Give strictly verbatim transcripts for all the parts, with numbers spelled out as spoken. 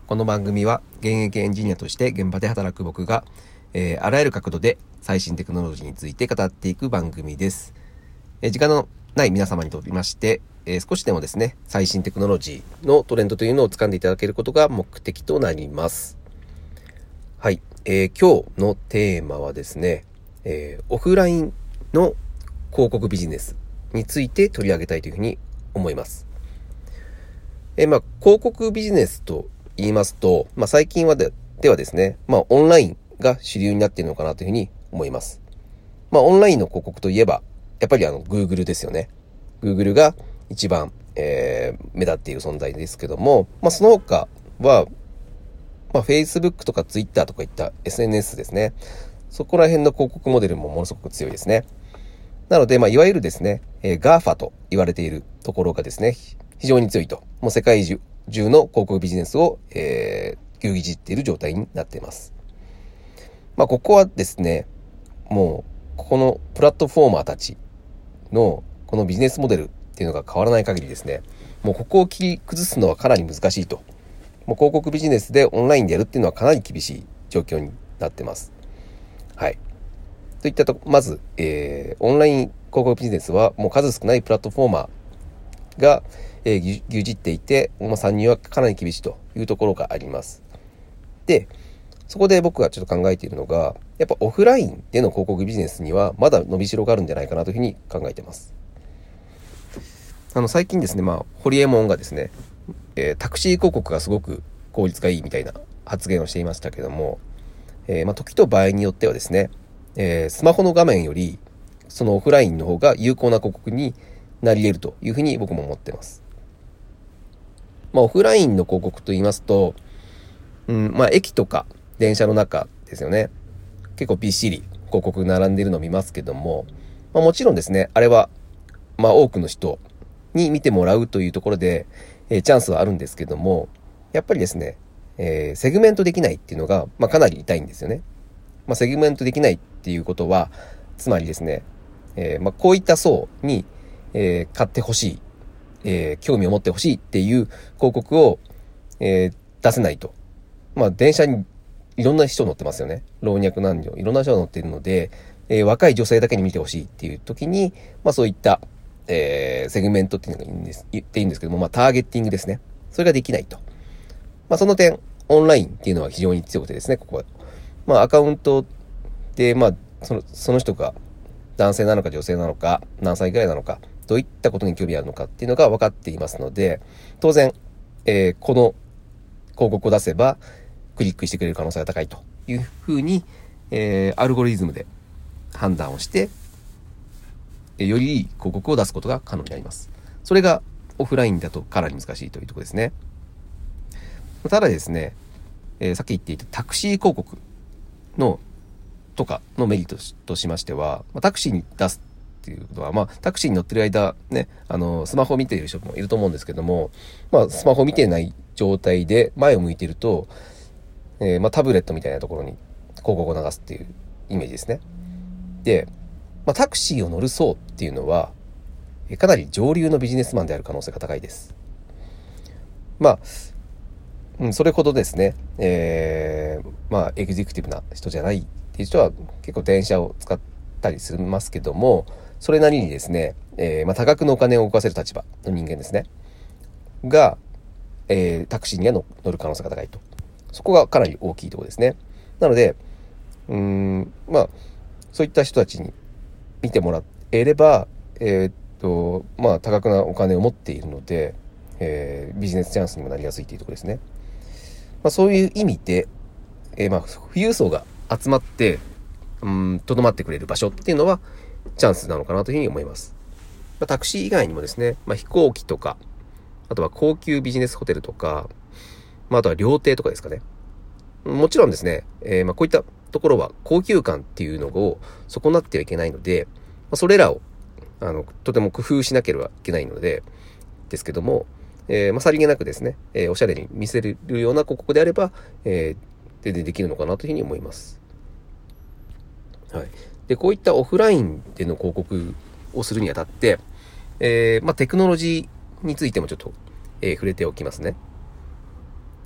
この番組は現役エンジニアとして現場で働く僕が、えー、あらゆる角度で最新テクノロジーについて語っていく番組です。えー、時間のない皆様にとりまして、えー、少しでもですね、最新テクノロジーのトレンドというのを掴んでいただけることが目的となります。はい、えー、今日のテーマはですね、えー、オフラインの広告ビジネスについて取り上げたいというふうに思います。えー、まあ広告ビジネスと言いますと、まあ、最近はで、ではですね、まあ、オンラインが主流になっているのかなというふうに思います。まあ、オンラインの広告といえば、やっぱりあの、Google ですよね。Google が一番、えー、目立っている存在ですけども、まあ、その他は、まあ、Facebook とか Twitter とかいった エスエヌエス ですね。そこら辺の広告モデルもものすごく強いですね。なので、まあ、いわゆるですね、えー、ガーファ と言われているところがですね、非常に強いと。もう世界中、中の広告ビジネスを、えー、牛耳っている状態になっています。まあ、ここはですね、もう、ここのプラットフォーマーたちの、このビジネスモデルっていうのが変わらない限りですね、もうここを切り崩すのはかなり難しいと。もう広告ビジネスでオンラインでやるっていうのはかなり厳しい状況になってます。はい。といったと、まず、えー、オンライン広告ビジネスはもう数少ないプラットフォーマーが、えー、牛耳っていて、まあ、参入はかなり厳しいというところがあります。で、そこで僕がちょっと考えているのが、やっぱオフラインでの広告ビジネスにはまだ伸びしろがあるんじゃないかなというふうに考えています。あの、最近ですね、まあ、ホリエモンがですね、えー、タクシー広告がすごく効率がいいみたいな発言をしていましたけども、えー、まあ、時と場合によってはですね、えー、スマホの画面より、そのオフラインの方が有効な広告になり得るというふうに僕も思っています。まあ、オフラインの広告と言いますと、うん、まあ、駅とか電車の中ですよね。結構びっしり広告並んでいるのを見ますけども、まあ、もちろんですね、あれは、まあ、多くの人に見てもらうというところで、えー、チャンスはあるんですけども、やっぱりですね、えー、セグメントできないっていうのが、まあ、かなり痛いんですよね。まあ、セグメントできないっていうことは、つまりですね、えー、まあ、こういった層に、えー、買ってほしい。えー、興味を持ってほしいっていう広告を、えー、出せないと。まあ、電車にいろんな人乗ってますよね。老若男女、いろんな人が乗っているので、えー、若い女性だけに見てほしいっていう時に、まあそういった、えー、セグメントっていうのがいいんです、言っていいんですけども、まあターゲッティングですね。それができないと。まあその点、オンラインっていうのは非常に強くてですね、ここは。まあアカウントで、まあ、その、その人が男性なのか女性なのか、何歳ぐらいなのか、どういったことに興味あるのかっていうのが分かっていますので、当然、えー、この広告を出せばクリックしてくれる可能性が高いというふうに、えー、アルゴリズムで判断をして、よりいい広告を出すことが可能になります。それがオフラインだとかなり難しいというところですね。ただですね、えー、さっき言っていたタクシー広告のとかのメリットとしましては、タクシーに出すっていうことは、まあ、タクシーに乗ってる間、ね、あの、スマホを見ている人もいると思うんですけども、まあ、スマホを見てない状態で前を向いていると、えー、まあ、タブレットみたいなところに広告を流すっていうイメージですね。で、まあ、タクシーを乗る層っていうのは、かなり上流のビジネスマンである可能性が高いです。まあ、うん、それほどですね、えー、まあ、エグゼクティブな人じゃないっていう人は結構電車を使ったりしますけども、それなりにですね、えー、まあ多額のお金を動かせる立場の人間ですね。が、えー、タクシーには乗る可能性が高いと。そこがかなり大きいところですね。なので、うーん、まあ、そういった人たちに見てもらえれば、えー、っと、まあ多額なお金を持っているので、えー、ビジネスチャンスにもなりやすいというところですね。まあそういう意味で、えー、まあ富裕層が集まってうん、とどまってくれる場所っていうのはチャンスなのかなというふうに思います。まあ、タクシー以外にもですね、まあ、飛行機とか、あとは高級ビジネスホテルとか、まあ、あとは料亭とかですかね。もちろんですね、えー、まあこういったところは高級感っていうのを損なってはいけないので、まあ、それらをあのとても工夫しなければいけないのでですけども、えー、まあさりげなくですね、えー、おしゃれに見せるような広告であれば、えー、全然できるのかなというふうに思います。はい。で、こういったオフラインでの広告をするにあたって、えー、まあ、テクノロジーについてもちょっと、えー、触れておきますね。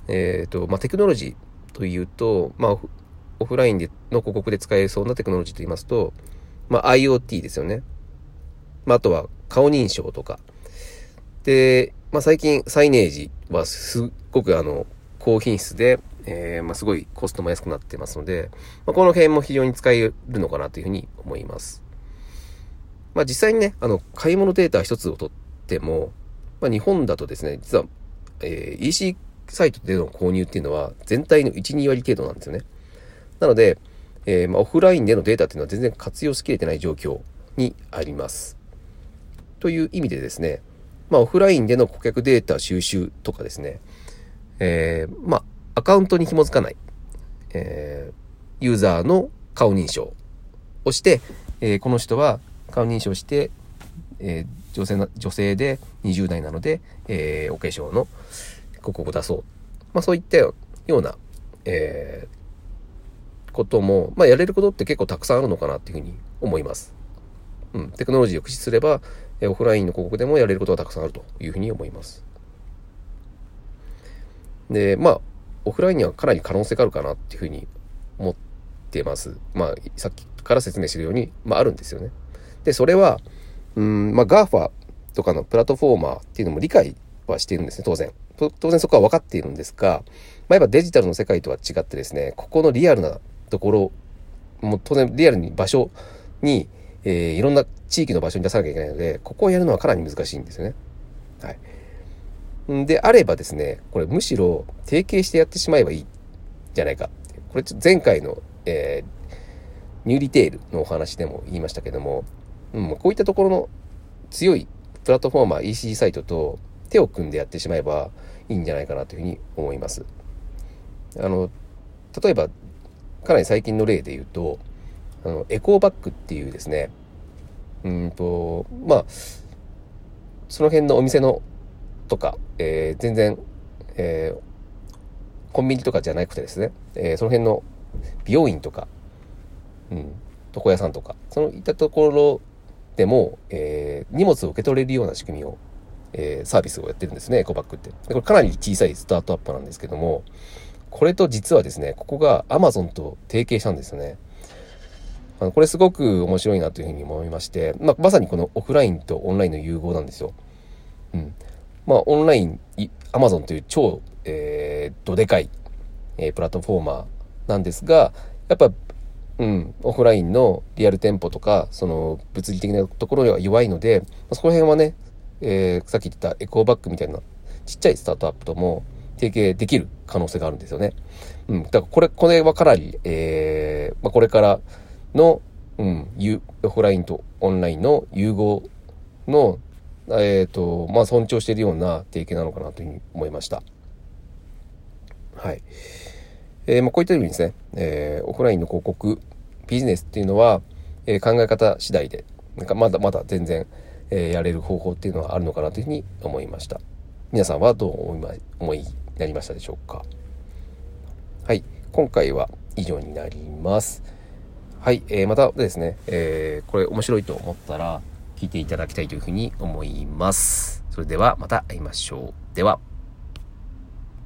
えっと、まあ、テクノロジーというと、まあ、オフラインでの広告で使えそうなテクノロジーと言いますと、まあ、IoT ですよね。まあ、あとは顔認証とか。で、まあ、最近サイネージはすっごくあの、高品質で、えー、まあ、すごいコストも安くなってますので、まあ、この辺も非常に使えるのかなというふうに思います。まあ、実際にね、あの、買い物データ一つを取っても、まあ、日本だとですね、実は、えー、イーシー サイトでの購入っていうのは全体のいち、に割程度なんですよね。なので、えーまあ、オフラインでのデータっていうのは全然活用しきれてない状況にあります。という意味でですね、まあ、オフラインでの顧客データ収集とかですね、えー、まあ、アカウントに紐づかない、えー、ユーザーの顔認証をして、えー、この人は顔認証して、えー、女性な、女性でにじゅう代なので、えー、お化粧の広告を出そう。まあ、そういったような、えー、ことも、まあ、やれることって結構たくさんあるのかなっていうふうに思います。うん、テクノロジーを駆使すれば、オフラインの広告でもやれることがたくさんあるというふうに思います。で、まあ、オフラインにはかなり可能性があるかなっていうふうに思ってます。まあ、さっきから説明しているように、まあ、あるんですよね。で、それは、うん、まあ、ガーファ とかのプラットフォーマーっていうのも理解はしているんですね、当然。当然そこは分かっているんですが、まあ、やっぱデジタルの世界とは違ってですね、ここのリアルなところ、もう当然リアルに場所に、えー、いろんな地域の場所に出さなきゃいけないので、ここをやるのはかなり難しいんですよね。はい。であればですね、これむしろ提携してやってしまえばいいじゃないか。これ前回の、えー、ニューリテールのお話でも言いましたけども、うん、こういったところの強いプラットフォーマー イーシー サイトと手を組んでやってしまえばいいんじゃないかなというふうに思います。あの、例えば、かなり最近の例で言うと、あの、エコーバッグっていうですね、うんと、まあ、その辺のお店のとか、えー、全然、えー、コンビニとかじゃなくてですね、えー、その辺の美容院とか、うん、床屋さんとか、そのいったところでも、えー、荷物を受け取れるような仕組みを、えー、サービスをやってるんですね、エコバッグって。でこれかなり小さいスタートアップなんですけども、これと実はですね、ここが Amazon と提携したんですよね。あのこれすごく面白いなというふうに思いまして、まあ、まさにこのオフラインとオンラインの融合なんですよ。うん。まあ、オンライン、Amazon という超、えー、どでかい、えー、プラットフォーマーなんですが、やっぱ、うん、オフラインのリアル店舗とか、その物理的なところが弱いので、そこら辺はね、えー、さっき言ったエコーバッグみたいなちっちゃいスタートアップとも提携できる可能性があるんですよね。うん。だからこれ、これはかなり、えー、まあ、これからの、うん、オフラインとオンラインの融合の、えっと、まあ、尊重しているような提携なのかなというふうに思いました。はい。えー、まあ、こういったようにですね、えー、オフラインの広告、ビジネスっていうのは、えー、考え方次第で、なんかまだまだ全然、えー、やれる方法っていうのはあるのかなというふうに思いました。皆さんはどう思いま、思いになりましたでしょうか。はい。今回は以上になります。はい。えー、またですね、えー、これ面白いと思ったら聞いていただきたいというふうに思います。それではまた会いましょう。では。